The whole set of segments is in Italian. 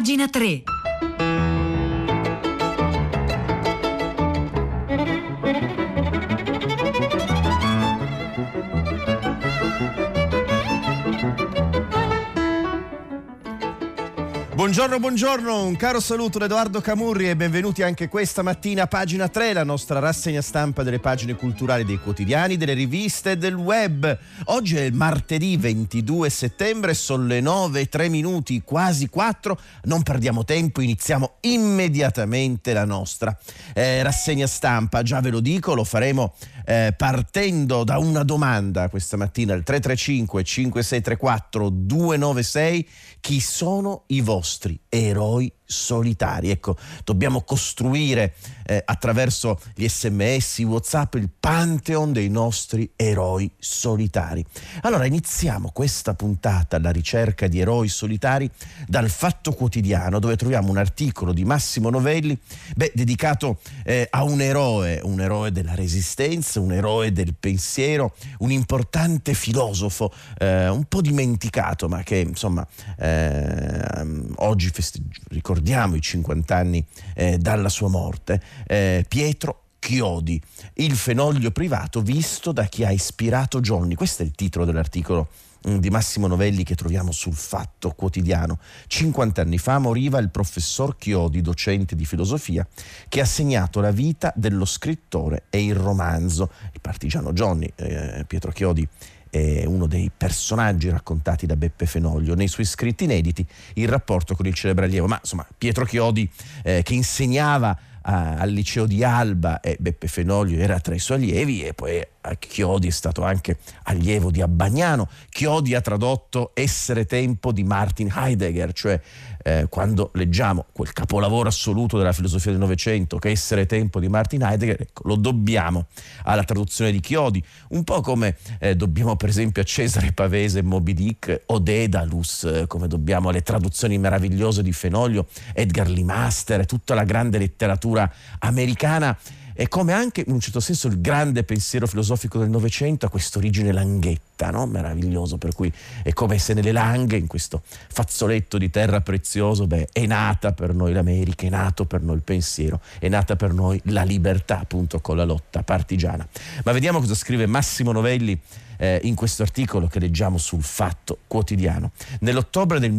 Pagina 3. Buongiorno, un caro saluto da Edoardo Camurri e benvenuti anche questa mattina a Pagina 3, la nostra rassegna stampa delle pagine culturali dei quotidiani, delle riviste e del web. Oggi è il martedì 22 settembre, sono le 9:03, quasi 4. Non perdiamo tempo, iniziamo immediatamente la nostra rassegna stampa. Già ve lo dico, lo faremo partendo da una domanda questa mattina al 335 5634 296. Chi sono i vostri eroi solitari? Ecco, dobbiamo costruire attraverso gli SMS, i WhatsApp, il pantheon dei nostri eroi solitari. Allora iniziamo questa puntata alla ricerca di eroi solitari dal Fatto Quotidiano, dove troviamo un articolo di Massimo Novelli dedicato a un eroe della Resistenza, un eroe del pensiero, un importante filosofo un po' dimenticato, ma che insomma oggi ricordiamo i 50 anni dalla sua morte, Pietro Chiodi, il fenoglio privato visto da chi ha ispirato Johnny. Questo è il titolo dell'articolo di Massimo Novelli che troviamo sul Fatto Quotidiano. 50 anni fa moriva il professor Chiodi, docente di filosofia, che ha segnato la vita dello scrittore e il romanzo. Il partigiano Johnny, Pietro Chiodi, è uno dei personaggi raccontati da Beppe Fenoglio nei suoi scritti inediti, il rapporto con il celebre allievo. Ma insomma, Pietro Chiodi che insegnava al liceo di Alba, e Beppe Fenoglio era tra i suoi allievi, e poi Chiodi è stato anche allievo di Abbagnano. Chiodi ha tradotto Essere tempo di Martin Heidegger, cioè quando leggiamo quel capolavoro assoluto della filosofia del Novecento che è Essere tempo di Martin Heidegger, ecco, lo dobbiamo alla traduzione di Chiodi, un po' come dobbiamo per esempio a Cesare Pavese Moby Dick o Daedalus, come dobbiamo alle traduzioni meravigliose di Fenoglio, Edgar Lee Master e tutta la grande letteratura americana, e come anche in un certo senso il grande pensiero filosofico del Novecento ha questa origine langhetta, no? Meraviglioso, per cui è come se nelle Langhe, in questo fazzoletto di terra prezioso, è nata per noi l'America, è nato per noi il pensiero, è nata per noi la libertà, appunto, con la lotta partigiana. Ma vediamo cosa scrive Massimo Novelli in questo articolo che leggiamo sul Fatto Quotidiano. Nell'ottobre del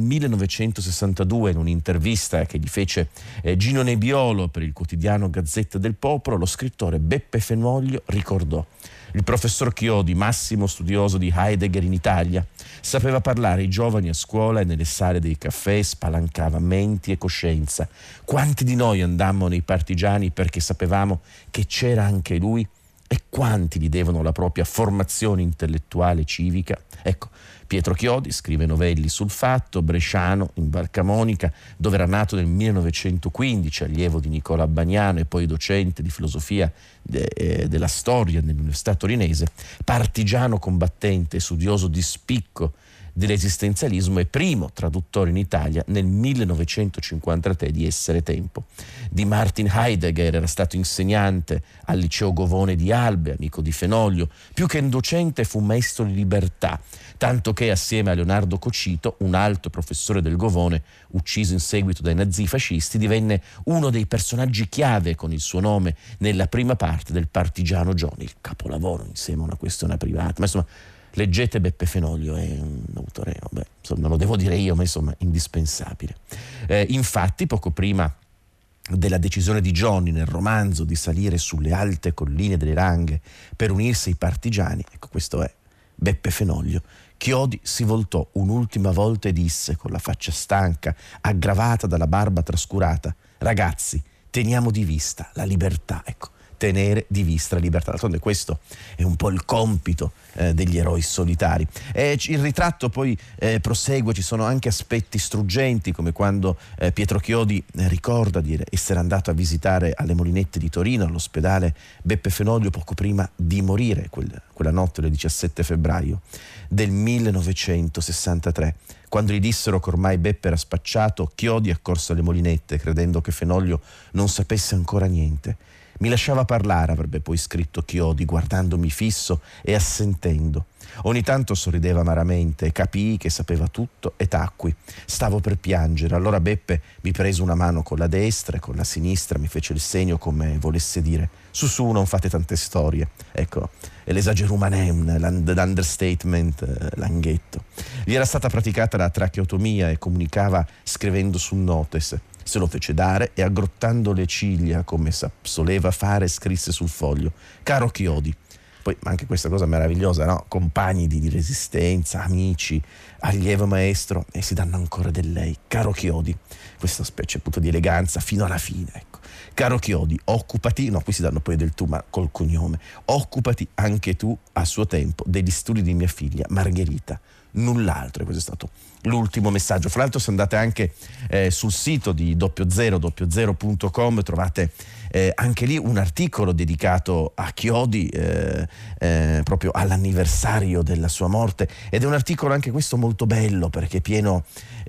1962, in un'intervista che gli fece Gino Nebbiolo per il quotidiano Gazzetta del Popolo, lo scrittore Beppe Fenoglio ricordò: il professor Chiodi, massimo studioso di Heidegger in Italia, sapeva parlare ai giovani a scuola e nelle sale dei caffè, spalancava menti e coscienza. Quanti di noi andammo nei partigiani perché sapevamo che c'era anche lui? E quanti gli devono la propria formazione intellettuale e civica? Ecco, Pietro Chiodi, scrive Novelli sul Fatto, bresciano in Val Camonica, dove era nato nel 1915, allievo di Nicola Bagnano e poi docente di filosofia della storia nell'Università Torinese, partigiano combattente e studioso di spicco dell'esistenzialismo e primo traduttore in Italia nel 1953 di Essere tempo. Di Martin Heidegger era stato insegnante al liceo Govone di Albe, amico di Fenoglio. Più che un docente fu maestro di libertà, tanto che assieme a Leonardo Cocito, un alto professore del Govone, ucciso in seguito dai nazifascisti, divenne uno dei personaggi chiave con il suo nome nella prima parte del Partigiano Johnny, il capolavoro insieme a Una questione privata. Ma insomma, leggete Beppe Fenoglio, è un autore, non lo devo dire io, ma insomma indispensabile. Infatti, poco prima della decisione di Johnny nel romanzo di salire sulle alte colline delle Langhe per unirsi ai partigiani, ecco, questo è Beppe Fenoglio, Chiodi si voltò un'ultima volta e disse, con la faccia stanca, aggravata dalla barba trascurata: ragazzi, teniamo di vista la libertà. Ecco, tenere di vista la libertà. D'altronde questo è un po' il compito degli eroi solitari. Il ritratto poi prosegue, ci sono anche aspetti struggenti, come quando Pietro Chiodi ricorda di essere andato a visitare alle Molinette di Torino, all'ospedale, Beppe Fenoglio poco prima di morire, quella notte del 17 febbraio del 1963. Quando gli dissero che ormai Beppe era spacciato, Chiodi accorse alle Molinette, credendo che Fenoglio non sapesse ancora niente. Mi lasciava parlare, avrebbe poi scritto Chiodi, guardandomi fisso e assentendo. Ogni tanto sorrideva amaramente, capii che sapeva tutto e tacqui. Stavo per piangere, allora Beppe mi prese una mano con la destra e con la sinistra mi fece il segno come volesse dire: su, non fate tante storie. Ecco, è l'esagerumanem, l'understatement, l'anghetto. Gli era stata praticata la tracheotomia e comunicava scrivendo sul notes. Se lo fece dare e aggrottando le ciglia come soleva fare scrisse sul foglio: caro Chiodi. Poi anche questa cosa meravigliosa, no? Compagni di resistenza, amici, allievo maestro, e si danno ancora del lei. Caro Chiodi, questa specie appunto di eleganza fino alla fine, ecco. Caro Chiodi, occupati, no, qui si danno poi del tu ma col cognome, occupati anche tu a suo tempo degli studi di mia figlia Margherita, null'altro. E questo è stato l'ultimo messaggio. Fra l'altro se andate anche sul sito di 00.com trovate anche lì un articolo dedicato a Chiodi, proprio all'anniversario della sua morte, ed è un articolo anche questo molto bello perché è pieno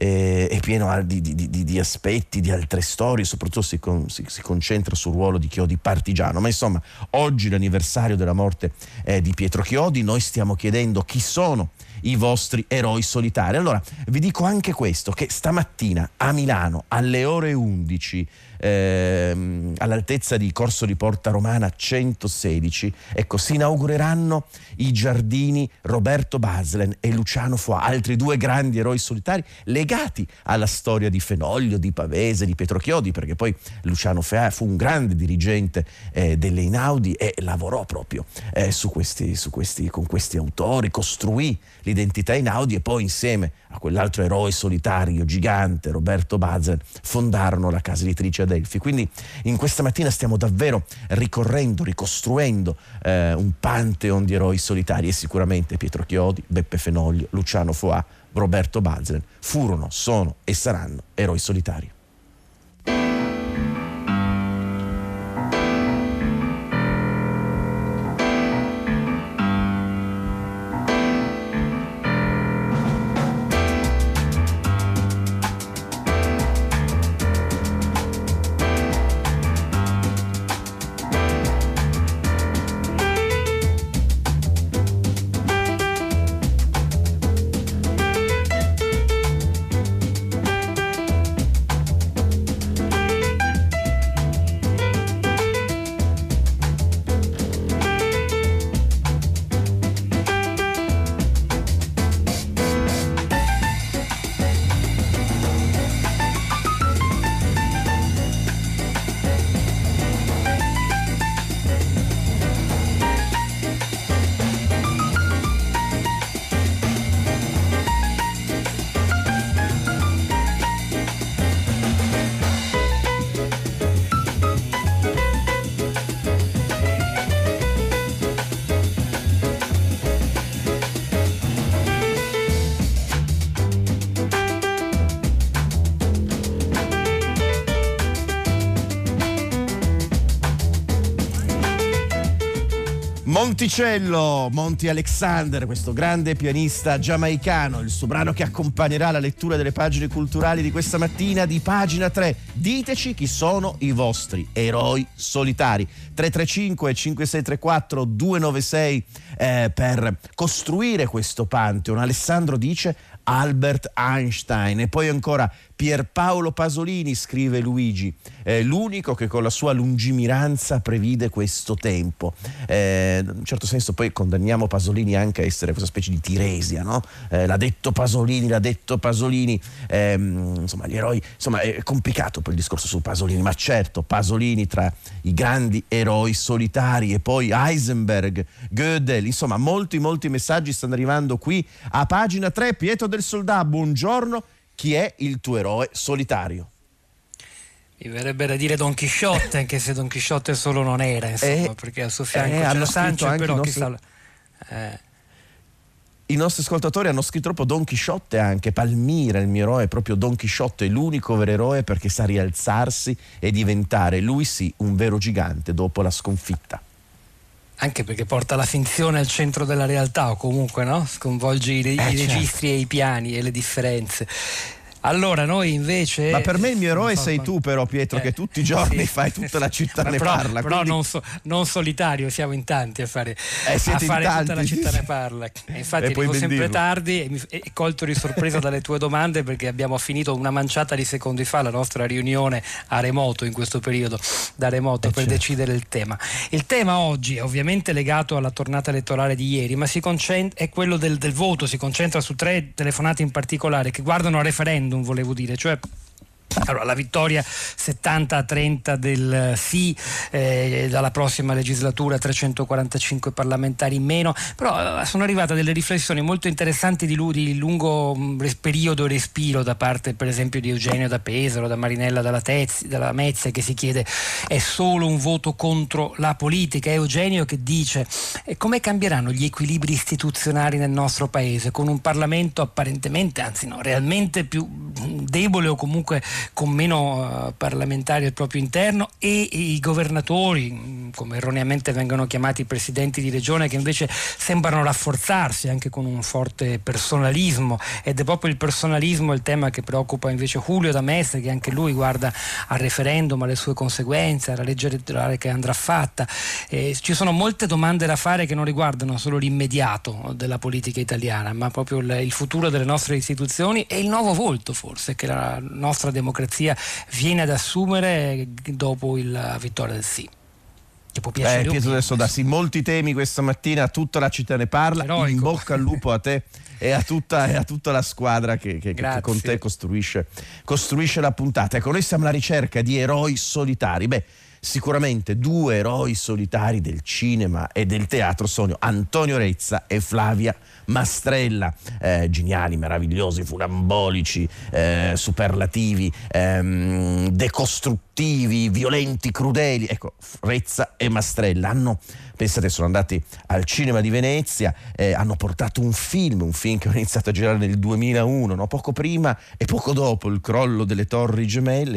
di aspetti, di altre storie, soprattutto si concentra sul ruolo di Chiodi partigiano. Ma insomma, oggi l'anniversario della morte di Pietro Chiodi, noi stiamo chiedendo chi sono i vostri eroi solitari. Allora vi dico anche questo, che stamattina a Milano alle ore 11 all'altezza di Corso di Porta Romana 116, ecco, si inaugureranno i giardini Roberto Baslen e Luciano Foà, altri due grandi eroi solitari legati alla storia di Fenoglio, di Pavese, di Pietro Chiodi, perché poi Luciano Foà fu un grande dirigente delle Einaudi e lavorò proprio con questi autori, costruì l'identità Einaudi e poi insieme a quell'altro eroe solitario gigante Roberto Baslen fondarono la casa editrice Adelphi. Quindi in questa mattina stiamo davvero ricostruendo un pantheon di eroi solitari, e sicuramente Pietro Chiodi, Beppe Fenoglio, Luciano Foà, Roberto Baslen furono, sono e saranno eroi solitari. Monticello, Monty Alexander, questo grande pianista giamaicano, il suo brano che accompagnerà la lettura delle pagine culturali di questa mattina di Pagina 3. Diteci chi sono i vostri eroi solitari. 335 5634 296 per costruire questo pantheon. Alessandro dice Albert Einstein, e poi ancora Pierpaolo Pasolini, scrive Luigi, l'unico che con la sua lungimiranza previde questo tempo. In un certo senso poi condanniamo Pasolini anche a essere questa specie di Tiresia, no? L'ha detto Pasolini, insomma gli eroi, insomma è complicato poi il discorso su Pasolini, ma certo Pasolini tra i grandi eroi solitari, e poi Heisenberg, Gödel, insomma molti messaggi stanno arrivando qui a Pagina 3. Pietro del Soldà, buongiorno. Chi è il tuo eroe solitario? Mi verrebbe da dire Don Chisciotte, anche se Don Chisciotte solo non era, insomma, perché al suo fianco c'era Sancho, però chissà. I nostri ascoltatori hanno scritto proprio Don Chisciotte, anche Palmira, il mio eroe è proprio Don Chisciotte, l'unico vero eroe perché sa rialzarsi e diventare, lui sì, un vero gigante dopo la sconfitta. Anche perché porta la finzione al centro della realtà, o comunque, no? Sconvolge i registri e i piani e le differenze. Allora, noi invece... Ma per me il mio eroe sei tu però, Pietro, che tutti i giorni fai tutta la città ne parla. Però quindi... non solitario, siamo in tanti a fare, tutta la città ne parla. E infatti arrivo sempre tardi e colto di sorpresa dalle tue domande, perché abbiamo finito una manciata di secondi fa la nostra riunione a remoto in questo periodo, da remoto, per decidere il tema. Il tema oggi è ovviamente legato alla tornata elettorale di ieri, ma è quello del voto, si concentra su 3 telefonate in particolare che guardano al referendum, volevo dire, cioè allora, la vittoria 70-30 del sì, dalla prossima legislatura 345 parlamentari in meno, però sono arrivate delle riflessioni molto interessanti di lungo periodo e respiro da parte per esempio di Eugenio da Pesaro, da Marinella dalla Mezia, che si chiede: è solo un voto contro la politica? Eugenio che dice: come cambieranno gli equilibri istituzionali nel nostro paese con un Parlamento apparentemente, anzi no, realmente più debole o comunque con meno parlamentari al proprio interno, e i governatori, come erroneamente vengono chiamati i presidenti di regione, che invece sembrano rafforzarsi anche con un forte personalismo, ed è proprio il personalismo il tema che preoccupa invece Julio da Mestre, che anche lui guarda al referendum, alle sue conseguenze, alla legge elettorale che andrà fatta. Ci sono molte domande da fare che non riguardano solo l'immediato della politica italiana, ma proprio il futuro delle nostre istituzioni e il nuovo volto forse che la nostra democrazia viene ad assumere dopo la vittoria del sì. Che può piacere. Pietro del Sodassi, molti temi questa mattina, tutta la città ne parla. Eroico. In bocca al lupo a te e a tutta la squadra che con te costruisce la puntata. Ecco, noi siamo alla ricerca di eroi solitari. Sicuramente 2 eroi solitari del cinema e del teatro sono Antonio Rezza e Flavia Mastrella, geniali, meravigliosi, funambolici, superlativi, decostruttivi, violenti, crudeli. Ecco, Rezza e Mastrella pensate, sono andati al cinema di Venezia, hanno portato un film che ho iniziato a girare nel 2001, no? Poco prima e poco dopo il crollo delle Torri Gemelle.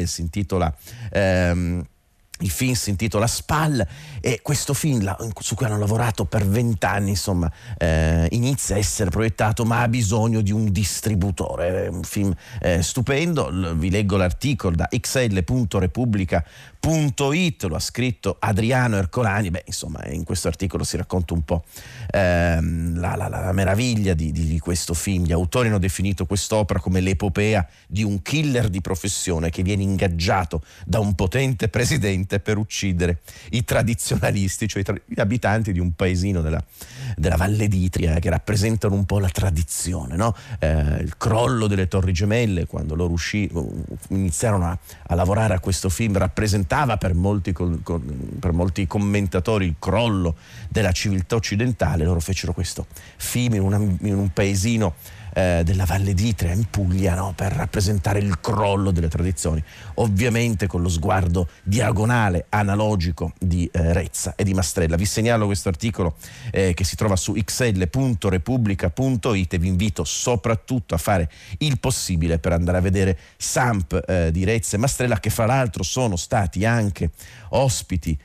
Il film si intitola Spal, e questo film su cui hanno lavorato per 20 anni, insomma, inizia a essere proiettato, ma ha bisogno di un distributore. È un film stupendo. Vi leggo l'articolo da xl.repubblica.it, lo ha scritto Adriano Ercolani. Insomma, in questo articolo si racconta un po' la meraviglia di questo film. Gli autori hanno definito quest'opera come l'epopea di un killer di professione che viene ingaggiato da un potente presidente per uccidere i tradizionalisti, cioè gli abitanti di un paesino della Valle d'Itria, che rappresentano un po' la tradizione, no? Il crollo delle Torri Gemelle, quando loro iniziarono a lavorare a questo film, rappresentava per molti commentatori il crollo della civiltà occidentale. Loro fecero questo film in un paesino della Valle d'Itria in Puglia, no? Per rappresentare il crollo delle tradizioni, ovviamente con lo sguardo diagonale, analogico di Rezza e di Mastrella. Vi segnalo questo articolo che si trova su xl.repubblica.it e vi invito soprattutto a fare il possibile per andare a vedere Samp di Rezza e Mastrella, che fra l'altro sono stati anche ospiti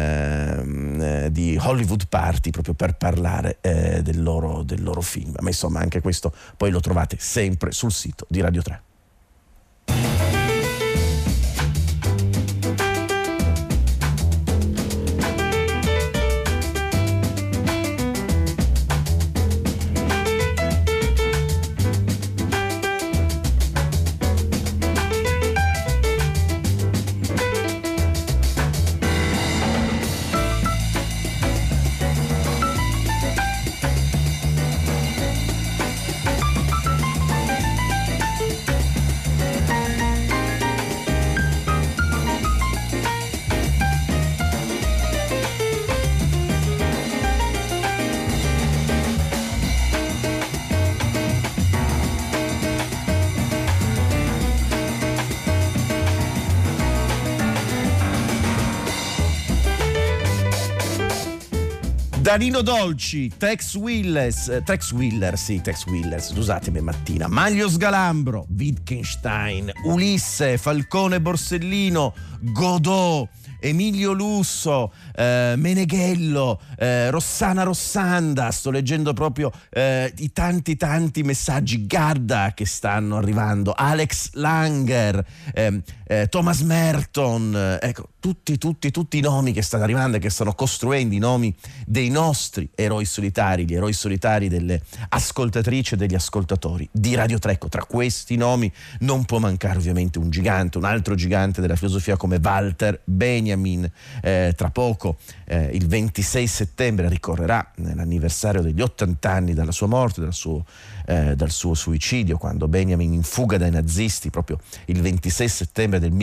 di Hollywood Party, proprio per parlare del loro film. Ma insomma, anche questo poi lo trovate sempre sul sito di Radio 3. Danilo Dolci, Tex Willer, scusatemi mattina, Manlio Sgalambro, Wittgenstein, Ulisse, Falcone Borsellino, Godot, Emilio Lusso, Meneghello, Rossana Rossanda, sto leggendo proprio i tanti messaggi, Gadda che stanno arrivando, Alex Langer, Thomas Merton, ecco, tutti i nomi che stanno arrivando e che stanno costruendo i nomi dei nostri eroi solitari, gli eroi solitari delle ascoltatrici e degli ascoltatori di Radio 3. Tra questi nomi non può mancare ovviamente un altro gigante della filosofia come Walter Benjamin. Tra poco, il 26 settembre, ricorrerà l'anniversario degli 80 anni dalla sua morte, dal suo suicidio, quando Benjamin, in fuga dai nazisti, proprio il 26 settembre del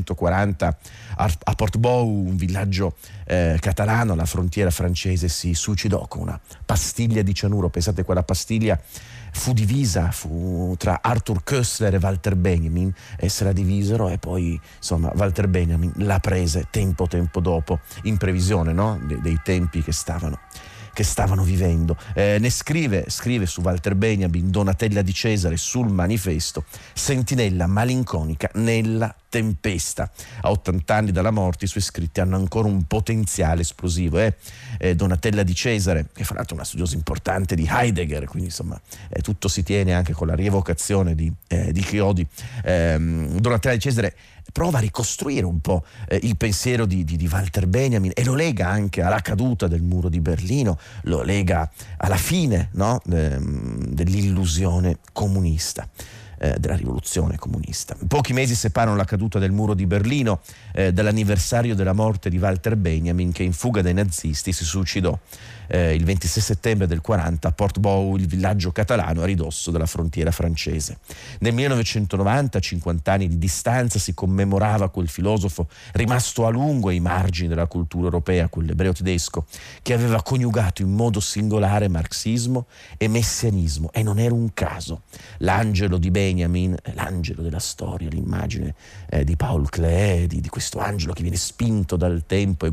1940 a Portbou, un villaggio catalano alla frontiera francese, si suicidò con una pastiglia di cianuro. Pensate, quella pastiglia fu divisa tra Arthur Koestler e Walter Benjamin, e se la divisero, e poi insomma Walter Benjamin la prese tempo dopo, in previsione, no? dei tempi che stavano vivendo. Ne scrive su Walter Benjamin Donatella Di Cesare sul Manifesto: sentinella malinconica nella tempesta. A 80 anni dalla morte i suoi scritti hanno ancora un potenziale esplosivo. Donatella Di Cesare, che fra l'altro è una studiosa importante di Heidegger, quindi insomma tutto si tiene anche con la rievocazione di Chiodi. Donatella Di Cesare prova a ricostruire un po' il pensiero di Walter Benjamin, e lo lega anche alla caduta del muro di Berlino, lo lega alla fine, no? Dell'illusione comunista, della rivoluzione comunista. Pochi mesi separano la caduta del muro di Berlino dall'anniversario della morte di Walter Benjamin, che in fuga dai nazisti si suicidò il 26 settembre del 40 a Portbou, il villaggio catalano a ridosso della frontiera francese. Nel 1990, a 50 anni di distanza, si commemorava quel filosofo rimasto a lungo ai margini della cultura europea, quell'ebreo tedesco che aveva coniugato in modo singolare marxismo e messianismo, e non era un caso. L'angelo di Benjamin, l'angelo della storia, l'immagine di Paul Klee, di questo angelo che viene spinto dal tempo e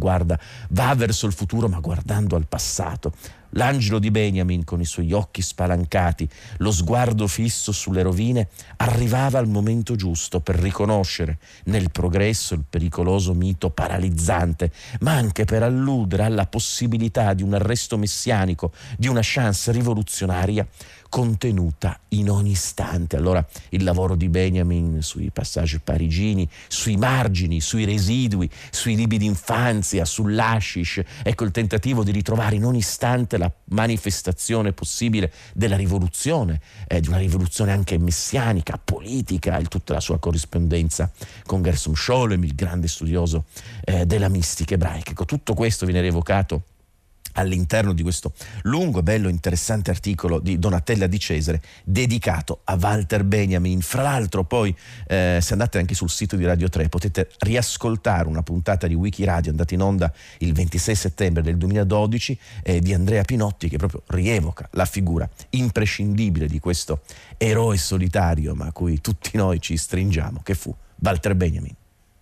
va verso il futuro ma guardando al passato. L'angelo di Benjamin, con i suoi occhi spalancati, lo sguardo fisso sulle rovine, arrivava al momento giusto per riconoscere nel progresso il pericoloso mito paralizzante, ma anche per alludere alla possibilità di un arresto messianico, di una chance rivoluzionaria contenuta in ogni istante. Allora il lavoro di Benjamin sui passaggi parigini, sui margini, sui residui, sui libri d'infanzia, sull'hashish, ecco il tentativo di ritrovare in ogni istante la manifestazione possibile della rivoluzione, di una rivoluzione anche messianica, politica, e tutta la sua corrispondenza con Gershom Scholem, il grande studioso della mistica ebraica. Ecco, tutto questo viene rievocato all'interno di questo lungo, bello, interessante articolo di Donatella Di Cesare dedicato a Walter Benjamin. Fra l'altro poi se andate anche sul sito di Radio 3 potete riascoltare una puntata di Wikiradio andata in onda il 26 settembre del 2012 di Andrea Pinotti, che proprio rievoca la figura imprescindibile di questo eroe solitario ma a cui tutti noi ci stringiamo, che fu Walter Benjamin.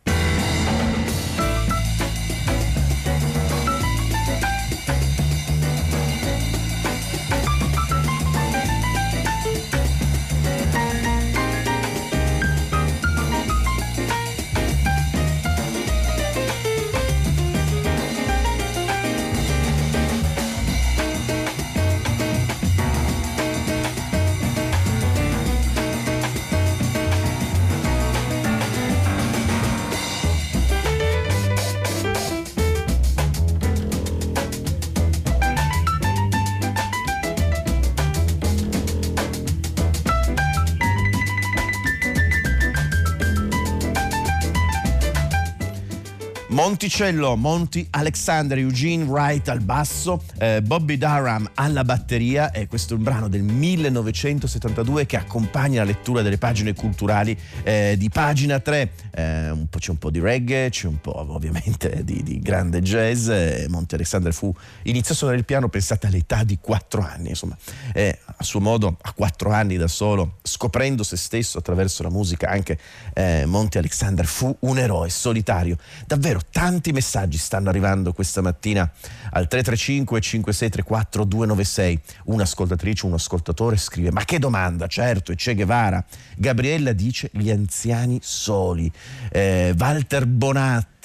Monticello, Monty Alexander, Eugene Wright al basso, Bobby Durham alla batteria, e questo è un brano del 1972 che accompagna la lettura delle pagine culturali di Pagina 3. C'è un po' di reggae, c'è un po' ovviamente di grande jazz. Monty Alexander iniziò a suonare il piano, pensate, all'età di 4 anni, insomma, a suo modo, a 4 anni da solo, scoprendo se stesso attraverso la musica. Anche Monty Alexander fu un eroe solitario. Davvero tanti messaggi stanno arrivando questa mattina al 335 5634 296. Un'ascoltatrice, un ascoltatore scrive: ma che domanda, certo, è Che Guevara. Gabriella dice: gli anziani soli. Walter Bonatti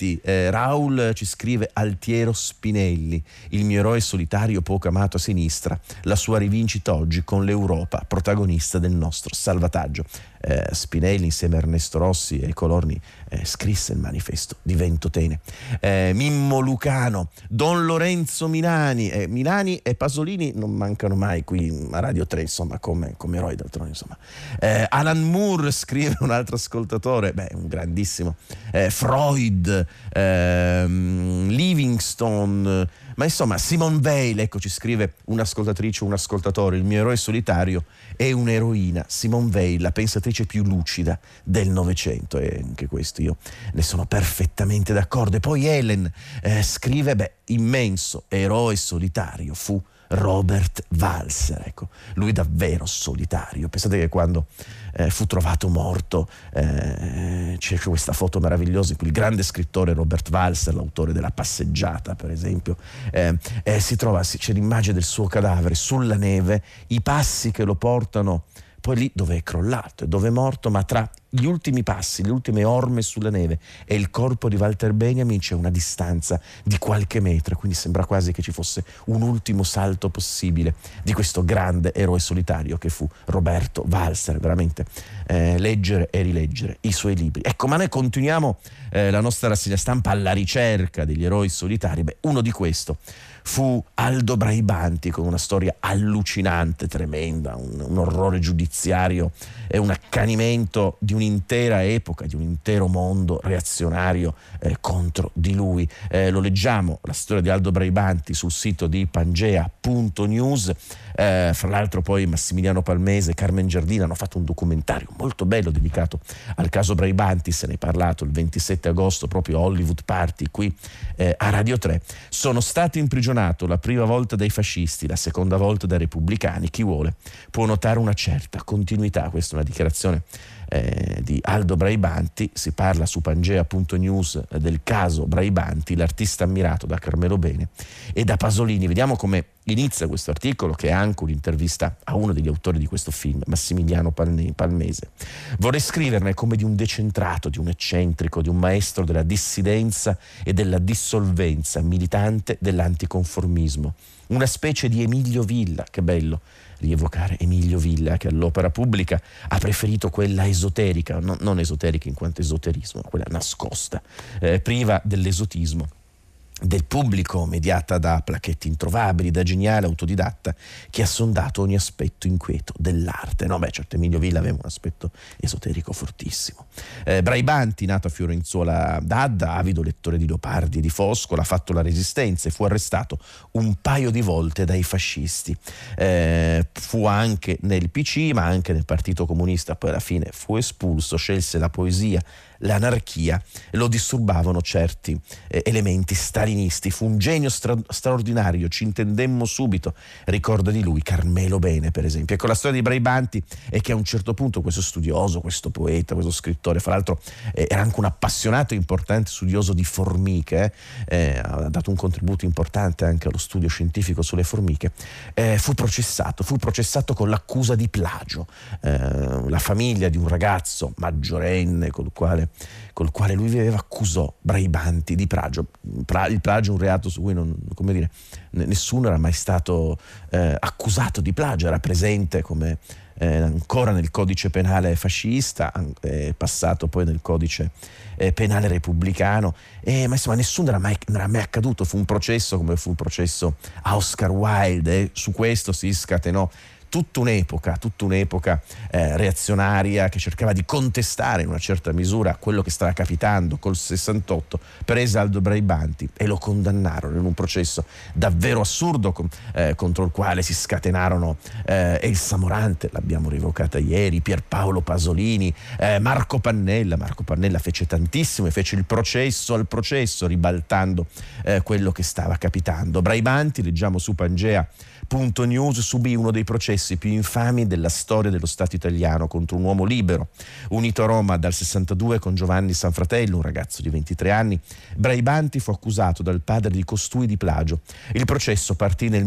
Braibanti, Raul ci scrive: Altiero Spinelli, il mio eroe solitario poco amato a sinistra, la sua rivincita oggi con l'Europa, protagonista del nostro salvataggio. Spinelli insieme a Ernesto Rossi e Colorni scrisse il manifesto di Ventotene. Mimmo Lucano, Don Lorenzo Milani, Milani e Pasolini non mancano mai qui a Radio 3, insomma, come eroi d'altronde, insomma. Alan Moore, scrive un altro ascoltatore, un grandissimo, Freud, Livingstone, ma insomma Simone Weil, ecco, ci scrive un'ascoltatrice, un ascoltatore: il mio eroe solitario è un'eroina, Simone Weil, la pensatrice più lucida del Novecento. E anche questo io ne sono perfettamente d'accordo. E poi Helen scrive: immenso eroe solitario fu Robert Walser. Ecco, lui davvero solitario. Pensate che quando fu trovato morto c'è questa foto meravigliosa in cui il grande scrittore Robert Walser, l'autore della Passeggiata per esempio, c'è l'immagine del suo cadavere sulla neve, i passi che lo portano poi lì dove è crollato e dove è morto, ma tra gli ultimi passi, le ultime orme sulla neve e il corpo di Walter Benjamin c'è una distanza di qualche metro, quindi sembra quasi che ci fosse un ultimo salto possibile di questo grande eroe solitario che fu Roberto Walser. Veramente leggere e rileggere i suoi libri. Ecco, ma noi continuiamo la nostra rassegna stampa alla ricerca degli eroi solitari. Uno di questo fu Aldo Braibanti, con una storia allucinante, tremenda, un orrore giudiziario e un accanimento di un'intera epoca, di un intero mondo reazionario contro di lui. Lo leggiamo, la storia di Aldo Braibanti, sul sito di Pangea.news. Fra l'altro poi Massimiliano Palmese e Carmen Giardina hanno fatto un documentario molto bello dedicato al caso Braibanti, se ne è parlato il 27 agosto proprio a Hollywood Party qui a Radio 3. Sono stato imprigionato la prima volta dai fascisti, la seconda volta dai repubblicani, chi vuole può notare una certa continuità. Questa è una dichiarazione di Aldo Braibanti. Si parla su Pangea.news del caso Braibanti, l'artista ammirato da Carmelo Bene e da Pasolini. Vediamo come inizia questo articolo, che è anche un'intervista a uno degli autori di questo film, Massimiliano Palmese. Vorrei scriverne come di un decentrato, di un eccentrico, di un maestro della dissidenza e della dissolvenza, militante dell'anticonformismo, una specie di Emilio Villa. Che bello rievocare Emilio Villa, che all'opera pubblica ha preferito quella esoterica, non esoterica in quanto esoterismo, quella nascosta, priva dell'esotismo del pubblico, mediata da placchetti introvabili, da geniale autodidatta che ha sondato ogni aspetto inquieto dell'arte. Certo, Emilio Villa aveva un aspetto esoterico fortissimo. Braibanti, nato a Fiorenzuola d'Adda, avido lettore di Leopardi e di Foscolo, ha fatto la Resistenza e fu arrestato un paio di volte dai fascisti. Fu anche nel PC, ma anche nel Partito Comunista, poi alla fine fu espulso. Scelse la poesia, l'anarchia, lo disturbavano certi elementi stalinisti. Fu un genio straordinario, ci intendemmo subito, ricorda di lui Carmelo Bene per esempio. Ecco, la storia di Braibanti è che a un certo punto questo studioso, questo poeta, questo scrittore, fra l'altro era anche un appassionato e importante studioso di formiche, ha dato un contributo importante anche allo studio scientifico sulle formiche, fu processato con l'accusa di plagio. La famiglia di un ragazzo maggiorenne col quale lui viveva accusò Braibanti di plagio. Il plagio è un reato su cui nessuno era mai stato accusato di plagio, era presente come ancora nel codice penale fascista, passato poi nel codice penale repubblicano, ma insomma nessuno era mai accaduto. Fu un processo come fu il processo a Oscar Wilde, e su questo si scatenò tutta un'epoca reazionaria che cercava di contestare in una certa misura quello che stava capitando col 68. Prese Aldo Braibanti e lo condannarono in un processo davvero assurdo contro il quale si scatenarono Elsa Morante, l'abbiamo rievocata ieri, Pierpaolo Pasolini, Marco Pannella fece tantissimo e fece il processo al processo, ribaltando quello che stava capitando. Braibanti, leggiamo su Pangea.news, subì uno dei processi più infami della storia dello Stato italiano contro un uomo libero. Unito a Roma dal 62 con Giovanni Sanfratello, un ragazzo di 23 anni, Braibanti fu accusato dal padre di costui di plagio. Il processo partì nel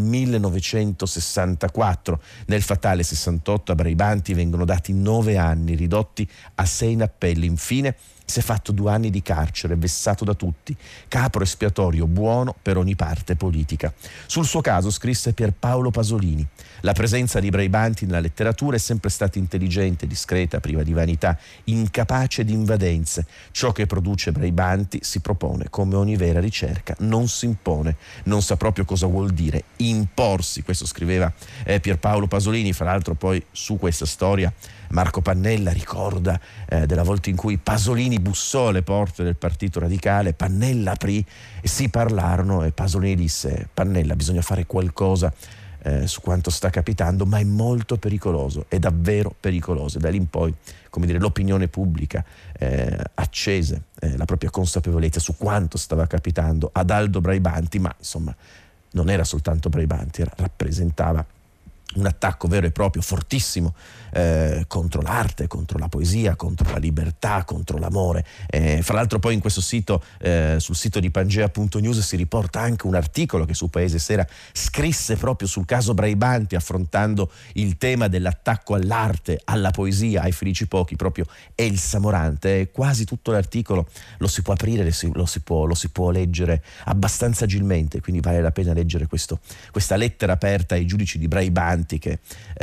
1964. Nel fatale 68 a Braibanti vengono dati 9 anni, ridotti a 6 in appello. Infine Si è fatto 2 anni di carcere, vessato da tutti, capro espiatorio buono per ogni parte politica. Sul suo caso scrisse Pierpaolo Pasolini: la presenza di Braibanti nella letteratura è sempre stata intelligente, discreta, priva di vanità, incapace di invadenze. Ciò che produce Braibanti si propone, come ogni vera ricerca, non si impone. Non sa proprio cosa vuol dire imporsi. Questo scriveva Pierpaolo Pasolini. Fra l'altro poi su questa storia Marco Pannella ricorda della volta in cui Pasolini bussò alle porte del Partito Radicale, Pannella aprì e si parlarono e Pasolini disse: Pannella, bisogna fare qualcosa su quanto sta capitando, ma è molto pericoloso, è davvero pericoloso. Da lì in poi, come dire, l'opinione pubblica accese la propria consapevolezza su quanto stava capitando ad Aldo Braibanti, ma insomma non era soltanto Braibanti, rappresentava un attacco vero e proprio, fortissimo, contro l'arte, contro la poesia, contro la libertà, contro l'amore. Fra l'altro poi in questo sito, sul sito di Pangea.news, si riporta anche un articolo che su Paese Sera scrisse proprio sul caso Braibanti, affrontando il tema dell'attacco all'arte, alla poesia, ai felici pochi, proprio Elsa Morante. Quasi tutto l'articolo lo si può aprire, lo si può leggere abbastanza agilmente, quindi vale la pena leggere questa lettera aperta ai giudici di Braibanti che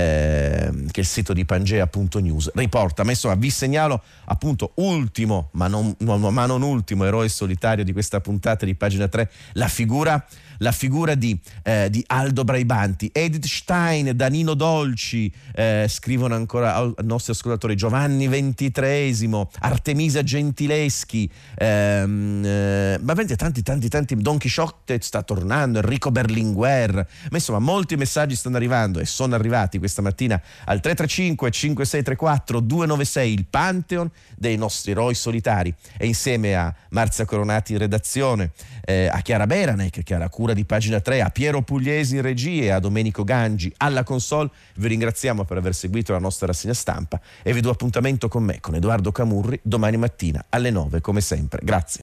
il sito di Pangea.news riporta. Ma insomma vi segnalo appunto ultimo ma non ultimo eroe solitario di questa puntata di Pagina 3, la figura di Aldo Braibanti. Edith Stein, Danilo Dolci, scrivono ancora ai nostri ascoltatori, Giovanni XXIII, Artemisia Gentileschi, ma tanti, Don Chisciotte sta tornando, Enrico Berlinguer, ma insomma molti messaggi stanno arrivando e sono arrivati questa mattina al 335 5634 296, il Pantheon dei nostri eroi solitari, e insieme a Marzia Coronati in redazione, a Chiara Beranek che ha la cura di Pagina 3, a Piero Pugliesi in regia e a Domenico Gangi alla console, vi ringraziamo per aver seguito la nostra rassegna stampa e vi do appuntamento con me, con Edoardo Camurri, domani mattina alle 9 come sempre. Grazie.